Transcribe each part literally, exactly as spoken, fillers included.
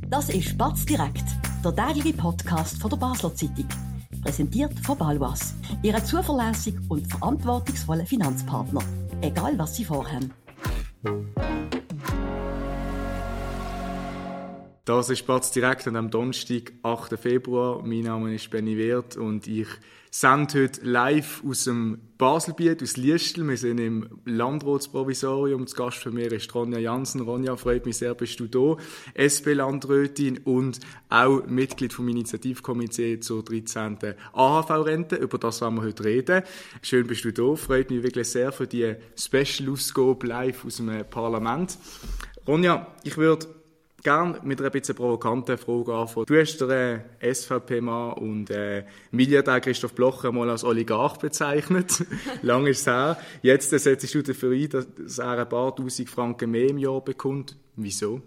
Das ist Batz direkt, der tägliche Podcast von der Basler Zeitung. Präsentiert von Baloise, Ihrem zuverlässigen und verantwortungsvollen Finanzpartner. Egal, was Sie vorhaben. Das ist Batz direkt und am Donnerstag, achten Februar. Mein Name ist Benny Wirth und ich sende heute live aus dem Baselbiet, aus Liestel. Wir sind im Landratsprovisorium. Das Gast für mich ist Ronja Jansen. Ronja, freut mich sehr, bist du da. S P-Landrätin und auch Mitglied vom Initiativkomitee zur dreizehnten A H V-Rente. Über das wollen wir heute reden. Schön bist du da. Freut mich wirklich sehr für die Special-Ausgabe live aus dem Parlament. Ronja, ich würde gerne mit einer bisschen provokanten Frage anfangen. Du hast den äh, S V P-Mann und äh, Milliardär Christoph Blocher mal als Oligarch bezeichnet. Lang ist es her. Jetzt äh, setzt du dafür ein, dass er ein paar tausend Franken mehr im Jahr bekommt. Wieso?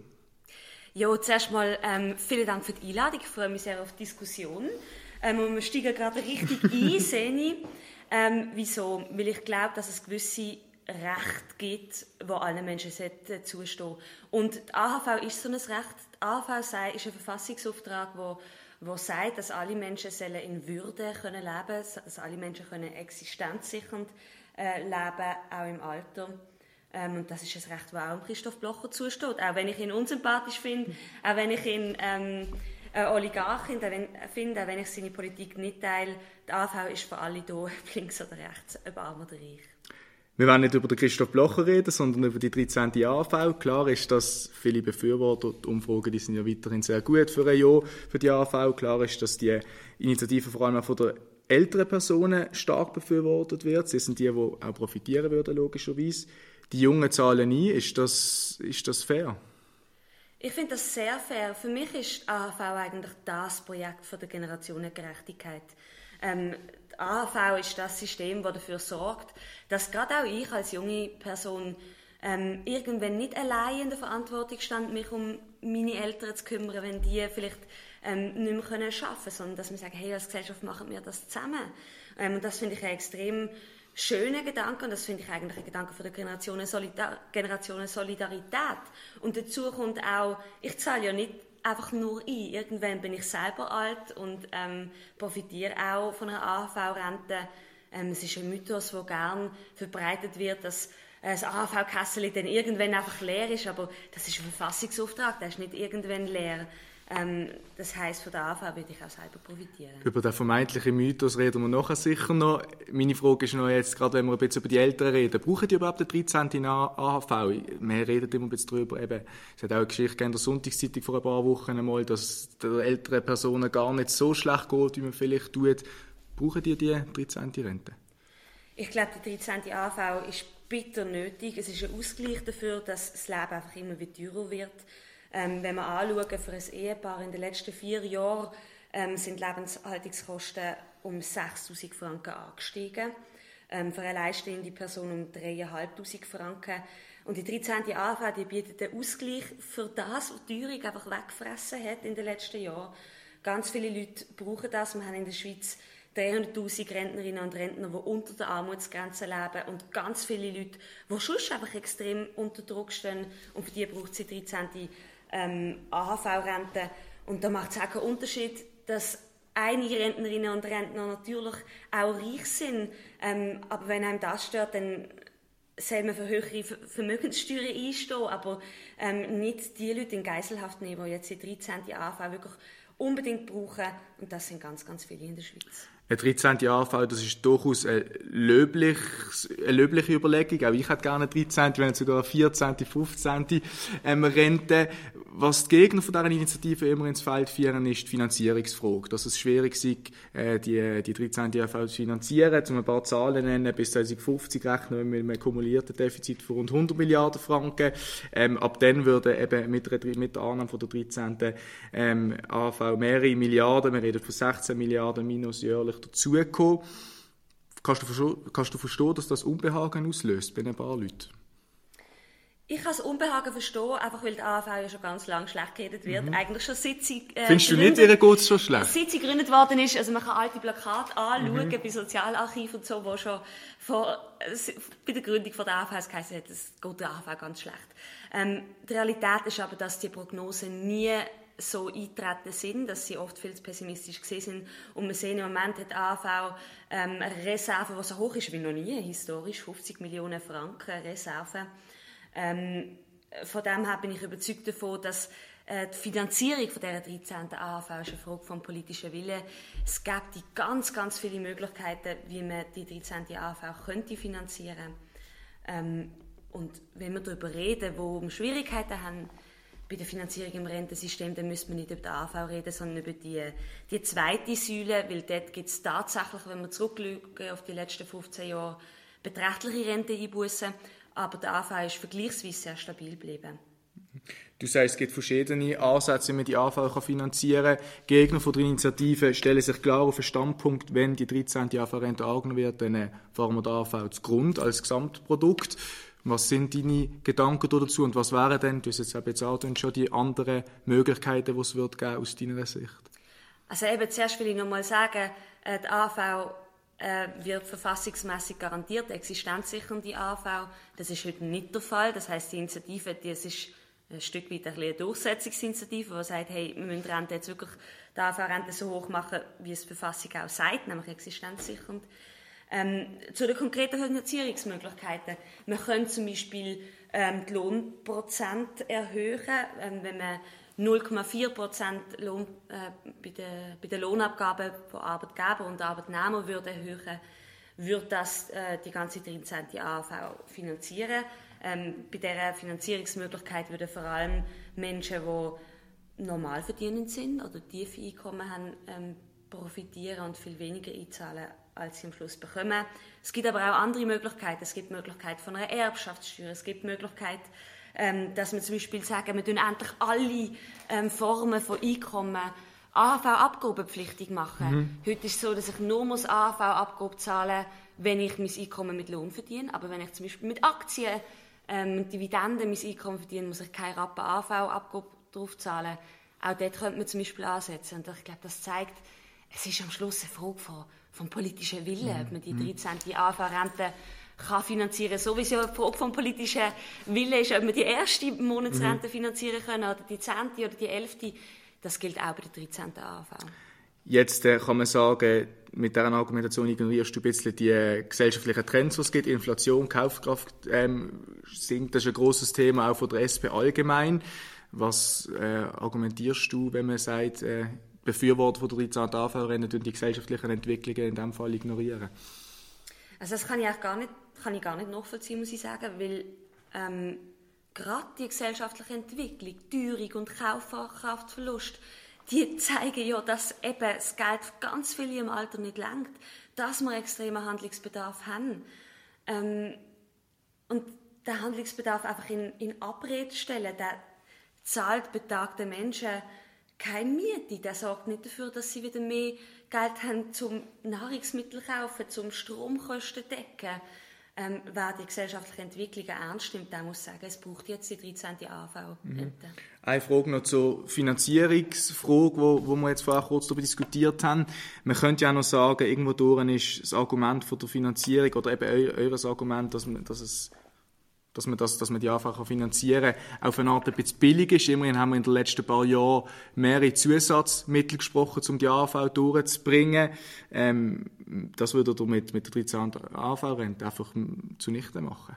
Ja, zuerst mal ähm, vielen Dank für die Einladung. Ich freue mich sehr auf die Diskussion. Ähm, und wir steigen gerade richtig ein, sehe ich. Ähm, wieso? Weil ich glaube, dass es gewisse Recht gibt, wo allen Menschen zustehen. Und die A H V ist so ein Recht. Die A H V ist ein Verfassungsauftrag, wo, wo sagt, dass alle Menschen in Würde können leben können, dass alle Menschen können existenzsichernd äh, leben, auch im Alter. Ähm, und das ist ein Recht, das auch Christoph Blocher zusteht. Auch wenn ich ihn unsympathisch finde, auch wenn ich ihn ähm, äh, Oligarchin finde, auch wenn ich seine Politik nicht teile. Die A H V ist für alle da, links oder rechts, ob arm oder reich. Wir wollen nicht über den Christoph Blocher reden, sondern über die dreizehnte A H V. Klar ist, dass viele Befürworter, die Umfragen die sind ja weiterhin sehr gut für ein Jahr für die A H V. Klar ist, dass die Initiative vor allem auch von den älteren Personen stark befürwortet wird. Sie sind die, die auch profitieren würden, logischerweise. Die Jungen zahlen nie. Ist das, ist das fair? Ich finde das sehr fair. Für mich ist die A H V eigentlich das Projekt von der Generationengerechtigkeit. Ähm, die A H V ist das System, das dafür sorgt, dass gerade auch ich als junge Person ähm, irgendwann nicht allein in der Verantwortung stand, mich um meine Eltern zu kümmern, wenn die vielleicht ähm, nicht mehr können arbeiten können, sondern dass wir sagen, hey, als Gesellschaft machen wir das zusammen. Ähm, und das finde ich einen extrem schönen Gedanke und das finde ich eigentlich ein Gedanke von der Generationen Solidar- Generationen Solidarität. Und dazu kommt auch, ich zahle ja nicht einfach nur ein. Irgendwann bin ich selber alt und ähm, profitiere auch von einer A H V-Rente. Ähm, es ist ein Mythos, der gern verbreitet wird, dass äh, das A H V-Kassel dann irgendwann einfach leer ist, aber das ist ein Verfassungsauftrag, der ist nicht irgendwann leer. Ähm, das heisst, von der A H V würde ich auch selber profitieren. Über den vermeintlichen Mythos reden wir nachher sicher noch. Meine Frage ist noch jetzt, gerade wenn wir ein bisschen über die Eltern reden, brauchen die überhaupt den dreizehnten A H V? Wir reden immer ein bisschen darüber, eben, es hat auch eine Geschichte in der Sonntagszeitung vor ein paar Wochen einmal, dass es den älteren Personen gar nicht so schlecht geht, wie man vielleicht tut. Brauchen die die dreizehnte Rente? Ich glaube, die dreizehnte A H V ist bitter nötig. Es ist ein Ausgleich dafür, dass das Leben einfach immer wieder teurer wird. Ähm, wenn wir anschauen, für ein Ehepaar in den letzten vier Jahren ähm, sind Lebenshaltungskosten um sechstausend Franken angestiegen. Ähm, für eine alleinstehende Person um dreitausendfünfhundert Franken. Und die dreizehnte A H V die bietet einen Ausgleich für das, was die Teuerung einfach weggefressen hat in den letzten Jahren. Ganz viele Leute brauchen das. Wir haben in der Schweiz dreihunderttausend Rentnerinnen und Rentner, die unter der Armutsgrenze leben und ganz viele Leute, die sonst einfach extrem unter Druck stehen und für die braucht es die dreizehnte Ähm, A H V-Rente. Und da macht es auch keinen Unterschied, dass einige Rentnerinnen und Rentner natürlich auch reich sind. Ähm, aber wenn einem das stört, dann soll man für höhere Vermögenssteuern einstehen, aber ähm, nicht die Leute in Geiselhaft nehmen, die jetzt die dreizehnte A H V wirklich unbedingt brauchen. Und das sind ganz, ganz viele in der Schweiz. Eine dreizehnte A H V, das ist durchaus eine löbliche, eine löbliche Überlegung. Auch ich hätte gerne eine dreizehnte, wenn nicht sogar eine vierzehnte, fünfzehnte ähm, Rente. Was die Gegner von dieser Initiative immer ins Feld führen, ist die Finanzierungsfrage. Dass es schwierig ist, die, die dreizehnte A H V zu finanzieren. Um ein paar Zahlen zu nennen, bis zwanzig fünfzig rechnen wir mit einem kumulierten Defizit von rund hundert Milliarden Franken. Ähm, ab dann würden eben mit, der, mit der Annahme von der dreizehnten Ähm, A H V mehrere Milliarden, wir reden von sechzehn Milliarden minus jährlich, dazugekommen. Kannst du, kannst du verstehen, dass das Unbehagen auslöst bei ein paar Leuten? Ich kann das Unbehagen verstehen, einfach weil die A H V ja schon ganz lange schlecht geredet wird. Mhm. Eigentlich schon seit sie äh, Findest du nicht, ihr geht es schon schlecht? Seit sie gegründet worden ist, also man kann alte Plakate anschauen, mhm. bei Sozialarchiven und so, wo schon vor, äh, bei der Gründung von der A H V es geheißen hat, es geht der A H V ganz schlecht. Ähm, die Realität ist aber, dass die Prognosen nie so eingetreten sind, dass sie oft viel zu pessimistisch gesehen sind. Und wir sehen, im Moment hat die A H V ähm, eine Reserve, die so hoch ist wie noch nie, historisch, fünfzig Millionen Franken Reserve. Ähm, von dem her bin ich überzeugt davon, dass äh, die Finanzierung von dieser dreizehnten A H V ist eine Frage vom politischen Willen. Es gibt ganz, ganz viele Möglichkeiten, wie man die dreizehnte A H V könnte finanzieren. Ähm, und wenn wir darüber reden, wo wir Schwierigkeiten haben bei der Finanzierung im Rentensystem, dann müssen wir nicht über die A H V reden, sondern über die, die zweite Säule, weil dort gibt es tatsächlich, wenn wir zurückschauen auf die letzten fünfzehn Jahre, beträchtliche Renteneinbußen. Aber der A H V ist vergleichsweise sehr stabil geblieben. Du sagst, es gibt verschiedene Ansätze, wie man die A H V finanzieren kann. Gegner von der Initiative stellen sich klar auf den Standpunkt, wenn die dreizehnte A H V-Rente angenommen wird, dann fahren wir die A H V zugrunde als Gesamtprodukt. Was sind deine Gedanken dazu und was wären denn, du hast jetzt eben auch schon die anderen Möglichkeiten, die es wird geben aus deiner Sicht? Also eben, zuerst will ich noch mal sagen, die A H V wird verfassungsmässig garantiert, existenzsichernde A H V. Das ist heute nicht der Fall. Das heisst, die Initiative, das ist ein Stück weit eine Durchsetzungsinitiative, die sagt, hey, wir müssen die Rente jetzt wirklich, die A H V-Rente so hoch machen, wie es die Verfassung auch sagt, nämlich existenzsichernd. Ähm, zu den konkreten Finanzierungsmöglichkeiten. Man könnte zum Beispiel ähm, die Lohnprozent erhöhen, ähm, wenn man null Komma vier Prozent Lohn, äh, bei, den, bei den Lohnabgaben von Arbeitgeber und Arbeitnehmer würde erhöhen, würde das äh, die ganze dreizehnte A H V finanzieren. Ähm, bei dieser Finanzierungsmöglichkeit würden vor allem Menschen, die normal verdienend sind oder tiefe Einkommen haben, ähm, profitieren und viel weniger einzahlen, als sie am Schluss bekommen. Es gibt aber auch andere Möglichkeiten. Es gibt die Möglichkeit von einer Erbschaftssteuer. Es gibt die Möglichkeit, ähm, dass wir zum Beispiel sagen, wir tun endlich alle ähm, Formen von Einkommen A H V-abgabenpflichtig machen. Mhm. Heute ist es so, dass ich nur muss A H V-Abgabe zahlen muss, wenn ich mein Einkommen mit Lohn verdiene. Aber wenn ich zum Beispiel mit Aktien ähm, Dividenden mein Einkommen verdiene, muss ich keine Rappen A H V-Abgabe drauf zahlen. Auch dort könnte man zum Beispiel ansetzen. Und ich glaube, das zeigt, es ist am Schluss eine Frage von, vom politischen Willen, mhm. ob man die dreizehnte A H V-Rente kann finanzieren, so wie es ja eine Frage vom politischen Willen ist, ob man die erste Monatsrente mhm. finanzieren können oder die zehnte oder die elfte. Das gilt auch bei der dreizehnten A H V. Jetzt äh, kann man sagen, mit dieser Argumentation ignorierst du ein bisschen die äh, gesellschaftlichen Trends, die es gibt. Inflation, Kaufkraft ähm, sinkt, das ist ein grosses Thema auch von der S P allgemein. Was äh, argumentierst du, wenn man sagt, äh, Befürworter von der dreizehnten A H V-Rente die gesellschaftlichen Entwicklungen in diesem Fall ignorieren? Also das kann ich, auch gar nicht, kann ich gar nicht nachvollziehen, muss ich sagen, weil ähm, gerade die gesellschaftliche Entwicklung, Teuerung und Kaufkraftverlust, die zeigen ja, dass eben das Geld für ganz viele im Alter nicht reicht, dass wir extremen Handlungsbedarf haben. Ähm, und den Handlungsbedarf einfach in, in Abrede stellen, der zahlt betagten Menschen keine Miete. Der sorgt nicht dafür, dass sie wieder mehr Geld haben zum Nahrungsmittel kaufen, zum Stromkosten decken. Ähm, wer die gesellschaftliche Entwicklung ernst nimmt, der muss sagen, es braucht jetzt die dreizehnte A H V-Rente. Mhm. Eine Frage noch zur Finanzierungsfrage, wo, wo wir jetzt vorher kurz darüber diskutiert haben. Man könnte ja auch noch sagen, irgendwo durch ist das Argument von der Finanzierung oder eben eu, eures Argument, dass, man, dass es dass man, das, dass man die A H V finanzieren kann, auf eine Art ein bisschen billig ist. Immerhin haben wir in den letzten paar Jahren mehrere Zusatzmittel gesprochen, um die A H V durchzubringen. Ähm, das würde er mit, mit der dreizehnten A H V-Rente einfach zunichte machen.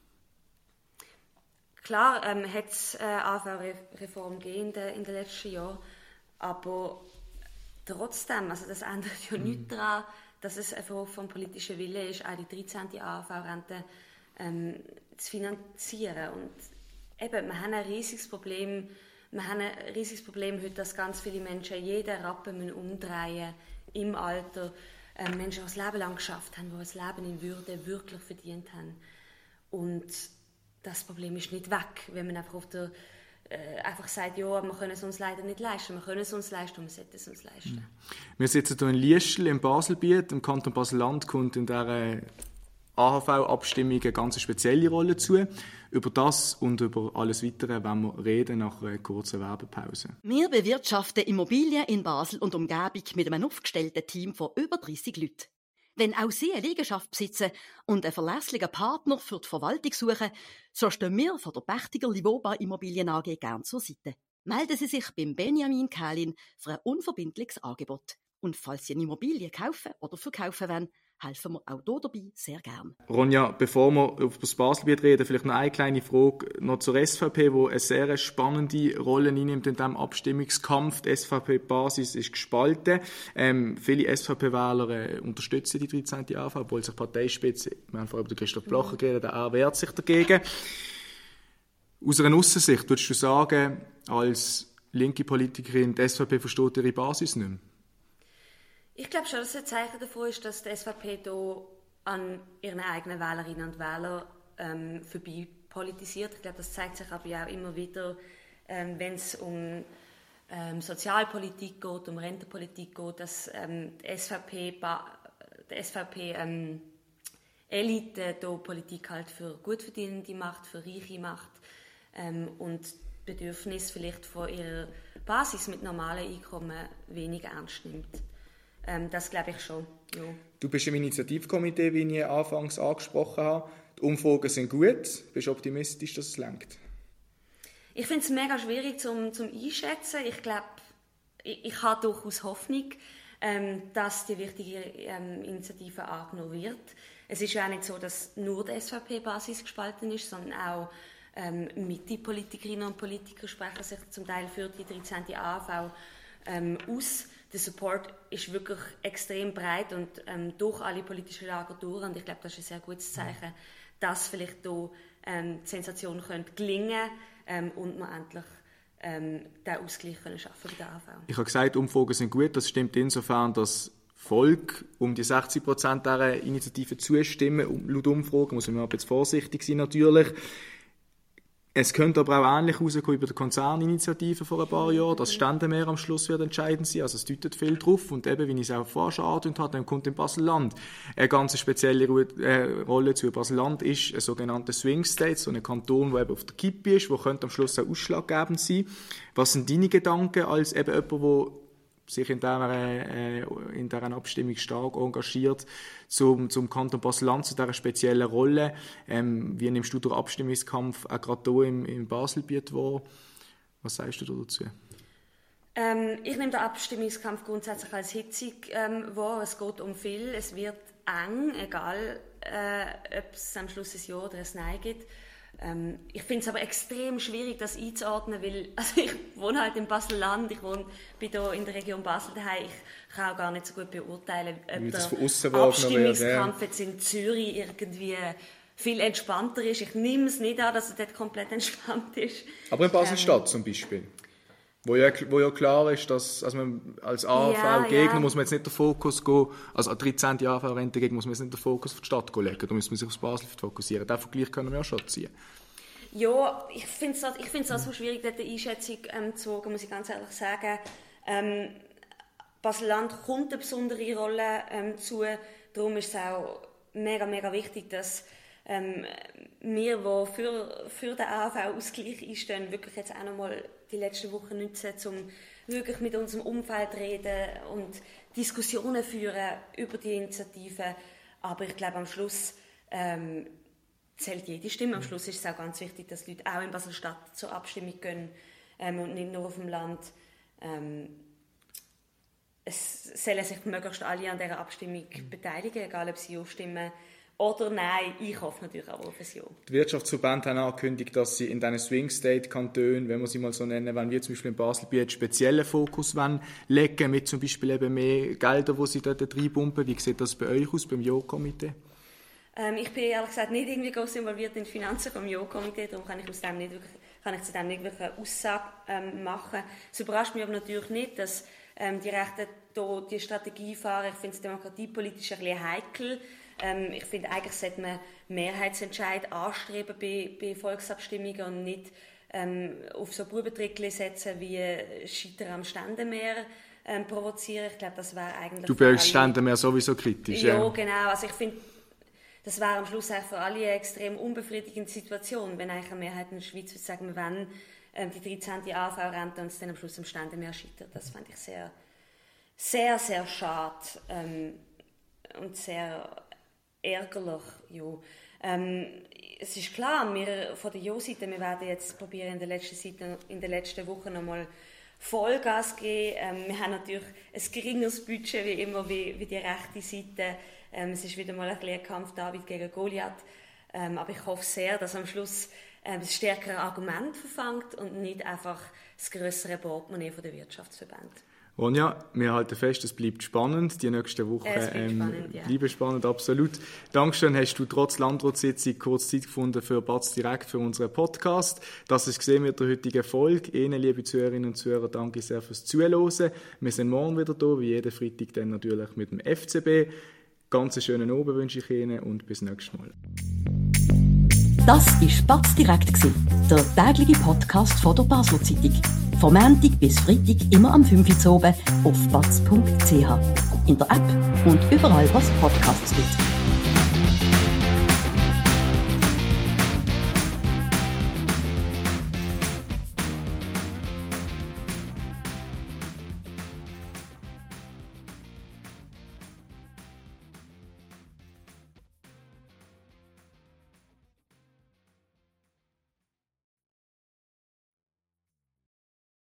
Klar ähm, hat es eine A H V-Reform gegeben in den, in den letzten Jahren, aber trotzdem, also das ändert ja mhm. nichts daran, dass es eine Frage vom politischen Willen ist, auch die dreizehnte A H V-Rente ähm, zu finanzieren. Und eben, wir haben ein riesiges Problem, wir haben ein riesiges Problem heute, dass ganz viele Menschen jeden Rappen umdrehen im Alter. Ähm, Menschen, die das Leben lang geschafft haben, die das Leben in Würde wirklich verdient haben. Und das Problem ist nicht weg, wenn man einfach, auf der, äh, einfach sagt, ja, wir können es uns leider nicht leisten. Wir können es uns leisten und wir sollten es uns leisten. Wir sitzen hier in Liestel, im Baselbiet. Im Kanton Basel-Land kommt in dieser A H V-Abstimmung eine ganz spezielle Rolle zu. Über das und über alles Weitere wollen wir reden nach einer kurzen Werbepause. Wir bewirtschaften Immobilien in Basel und Umgebung mit einem aufgestellten Team von über dreissig Leuten. Wenn auch Sie eine Liegenschaft besitzen und einen verlässlichen Partner für die Verwaltung suchen, so stehen wir von der Pächtiger Livoba Immobilien A G gern zur Seite. Melden Sie sich beim Benjamin Kählin für ein unverbindliches Angebot. Und falls Sie eine Immobilie kaufen oder verkaufen wollen, helfen wir auch hier dabei sehr gern. Ronja, bevor wir über das Baselbiet reden, vielleicht noch eine kleine Frage noch zur S V P, die eine sehr spannende Rolle einnimmt in diesem Abstimmungskampf. Die S V P-Basis ist gespalten. Ähm, viele S V P-Wähler äh, unterstützen die dreizehnte A H V, obwohl sich die Parteispitze, wir haben vorhin über Christoph Blocher mhm. geredet, er wehrt sich dagegen. Aus einer Aussensicht würdest du sagen, als linke Politikerin, die S V P versteht ihre Basis nicht mehr? Ich glaube schon, dass ein Zeichen davon ist, dass die S V P hier an ihren eigenen Wählerinnen und Wählern ähm, vorbei politisiert. Ich glaube, das zeigt sich aber auch immer wieder, ähm, wenn es um ähm, Sozialpolitik geht, um Rentenpolitik geht, dass ähm, die S V P, die S V P ähm, Elite hier Politik halt für Gutverdienende macht, für Reiche macht ähm, und Bedürfnisse vielleicht von ihrer Basis mit normalen Einkommen weniger ernst nimmt. Ähm, das glaube ich schon, ja. Du bist im Initiativkomitee, wie ich anfangs angesprochen habe. Die Umfragen sind gut. Bist du optimistisch, dass es reicht? Ich finde es mega schwierig zum, zum Einschätzen. Ich glaube, ich, ich habe durchaus Hoffnung, ähm, dass die wichtige ähm, Initiative angenommen wird. Es ist ja auch nicht so, dass nur die S V P-Basis gespalten ist, sondern auch ähm, Mitte-Politikerinnen und Politiker sprechen sich zum Teil für die dreizehnte A H V ähm, aus. Der Support ist wirklich extrem breit und ähm, durch alle politischen Lager durch. Und ich glaube, das ist ein sehr gutes Zeichen, dass vielleicht hier ähm, die Sensation könnte gelingen ähm, und wir endlich ähm, den Ausgleich können schaffen bei der A H V. Ich habe gesagt, Umfragen sind gut. Das stimmt insofern, dass Volk um die sechzig Prozent dieser Initiative zustimmen. Laut Umfragen muss man aber jetzt vorsichtig sein natürlich. Es könnte aber auch ähnlich rauskommen über die Konzerninitiative vor ein paar Jahren, dass Ständemehr am Schluss wird entscheidend sein. Also es deutet viel drauf. Und eben, wie ich es auch vorher schon angedeutet habe, dann kommt in Basel-Land eine ganz spezielle äh, Rolle zu. Basel-Land ist ein sogenannter Swing State, so ein Kanton, der eben auf der Kippe ist, der könnte am Schluss auch ausschlaggebend sein. Was sind deine Gedanken als eben jemand, der sich in dieser, äh, in dieser Abstimmung stark engagiert, zum, zum Kanton Basel-Land, zu dieser speziellen Rolle? Ähm, wie nimmst du den Abstimmungskampf auch gerade hier im, im Baselbiet wahr? Was sagst du dazu? Ähm, ich nehme den Abstimmungskampf grundsätzlich als hitzig ähm, wahr. Es geht um viel, es wird eng, egal äh, ob es am Schluss ein Ja oder ein Nein gibt. Ähm, ich finde es aber extrem schwierig, das einzuordnen, weil also ich wohne halt in Basel-Land, ich wohne, bin hier in der Region Basel daheim. Ich kann auch gar nicht so gut beurteilen, ob der Abstimmungskampf jetzt in Zürich irgendwie viel entspannter ist. Ich nehme es nicht an, dass er dort komplett entspannt ist. Aber in Basel-Stadt ähm, zum Beispiel? Wo ja, wo ja klar ist, dass also man als A H V-Gegner ja, muss man jetzt nicht den Fokus gehen, also als dreizehnte A H V-Rentengegner muss man jetzt nicht den Fokus auf die Stadt legen, da muss man sich auf Basel fokussieren. Den Vergleich können wir ja schon ziehen. Ja, ich finde es ich find's auch so schwierig, dort eine Einschätzung ähm, zu wagen, muss ich ganz ehrlich sagen. Ähm, Basel-Land kommt eine besondere Rolle ähm, zu, darum ist es auch mega, mega wichtig, dass ähm, wir, die für, für den A H V-Ausgleich einstehen, wirklich jetzt auch nochmal die letzten Wochen nutzen, um wirklich mit unserem Umfeld zu reden und Diskussionen führen über die Initiative. Aber ich glaube, am Schluss ähm, zählt jede Stimme. Am Schluss ist es auch ganz wichtig, dass Leute auch in Basel-Stadt zur Abstimmung gehen ähm, und nicht nur auf dem Land. Ähm, es sollen sich möglichst alle an dieser Abstimmung beteiligen, egal ob sie Ja stimmen oder nein. Ich hoffe natürlich auch auf ein Ja. Die Wirtschaftsverbände haben angekündigt, dass sie in diesen Swing-State-Kantonen, wenn wir sie mal so nennen, wenn wir zum Beispiel in Baselbiet speziellen Fokus legen, mit zum Beispiel eben mehr Gelder, die sie dort reinpumpen. Wie sieht das bei euch aus, beim Ja-Komitee? Ähm, ich bin ehrlich gesagt nicht irgendwie groß involviert in die Finanzen vom Ja-Komitee, darum kann ich, aus dem nicht wirklich, kann ich zu dem nicht wirklich eine Aussage ähm, machen. Es überrascht mich aber natürlich nicht, dass ähm, die Rechten hier die Strategie fahren. Ich finde es demokratiepolitisch ein bisschen heikel. Ähm, ich finde, eigentlich sollte man Mehrheitsentscheid anstreben bei, bei Volksabstimmungen und nicht ähm, auf so Bubentrickchen setzen wie Scheitern am Ständemehr ähm, provozieren. Ich glaube, das wäre eigentlich... Du bist Ständemehr sowieso kritisch. Ja, ja, genau. Also ich finde, das wäre am Schluss auch für alle eine extrem unbefriedigende Situation, wenn eigentlich eine Mehrheit in der Schweiz würde sagen, wir wollen ähm, die dreizehnte A V-Rente und es dann am Schluss am Ständemeer scheitert. Das fand ich sehr, sehr, sehr schade ähm, und sehr ärgerlich. Ja. Ähm, es ist klar, wir von der Jo-Seite, wir werden jetzt probieren, in der letzten, Seite, in der letzten Woche nochmal Vollgas geben. Ähm, wir haben natürlich ein geringeres Budget wie immer wie, wie die rechte Seite. Ähm, es ist wieder mal ein, ein Kampf David gegen Goliath. Ähm, aber ich hoffe sehr, dass am Schluss ähm, das stärkere Argument verfängt und nicht einfach das grössere Portemonnaie der Wirtschaftsverbände. Ronja, wir halten fest, es bleibt spannend. Die nächsten Wochen ähm, spannend, ja. bleiben spannend, absolut. Dankeschön, hast du trotz Landratssitzung kurz Zeit gefunden für Batz direkt für unseren Podcast. Das ist gesehen mit der heutigen Folge. Ihnen, liebe Zuhörerinnen und Zuhörer, danke sehr fürs Zuhören. Wir sind morgen wieder da, wie jeden Freitag dann natürlich mit dem F C B. Ganz einen schönen Abend wünsche ich Ihnen und bis nächstes Mal. Das war Batz direkt, der tägliche Podcast von der Basler Zeitung. Vom Montag bis Freitag immer am fünf Uhr oben auf batz punkt c h, in der App und überall, was Podcasts gibt.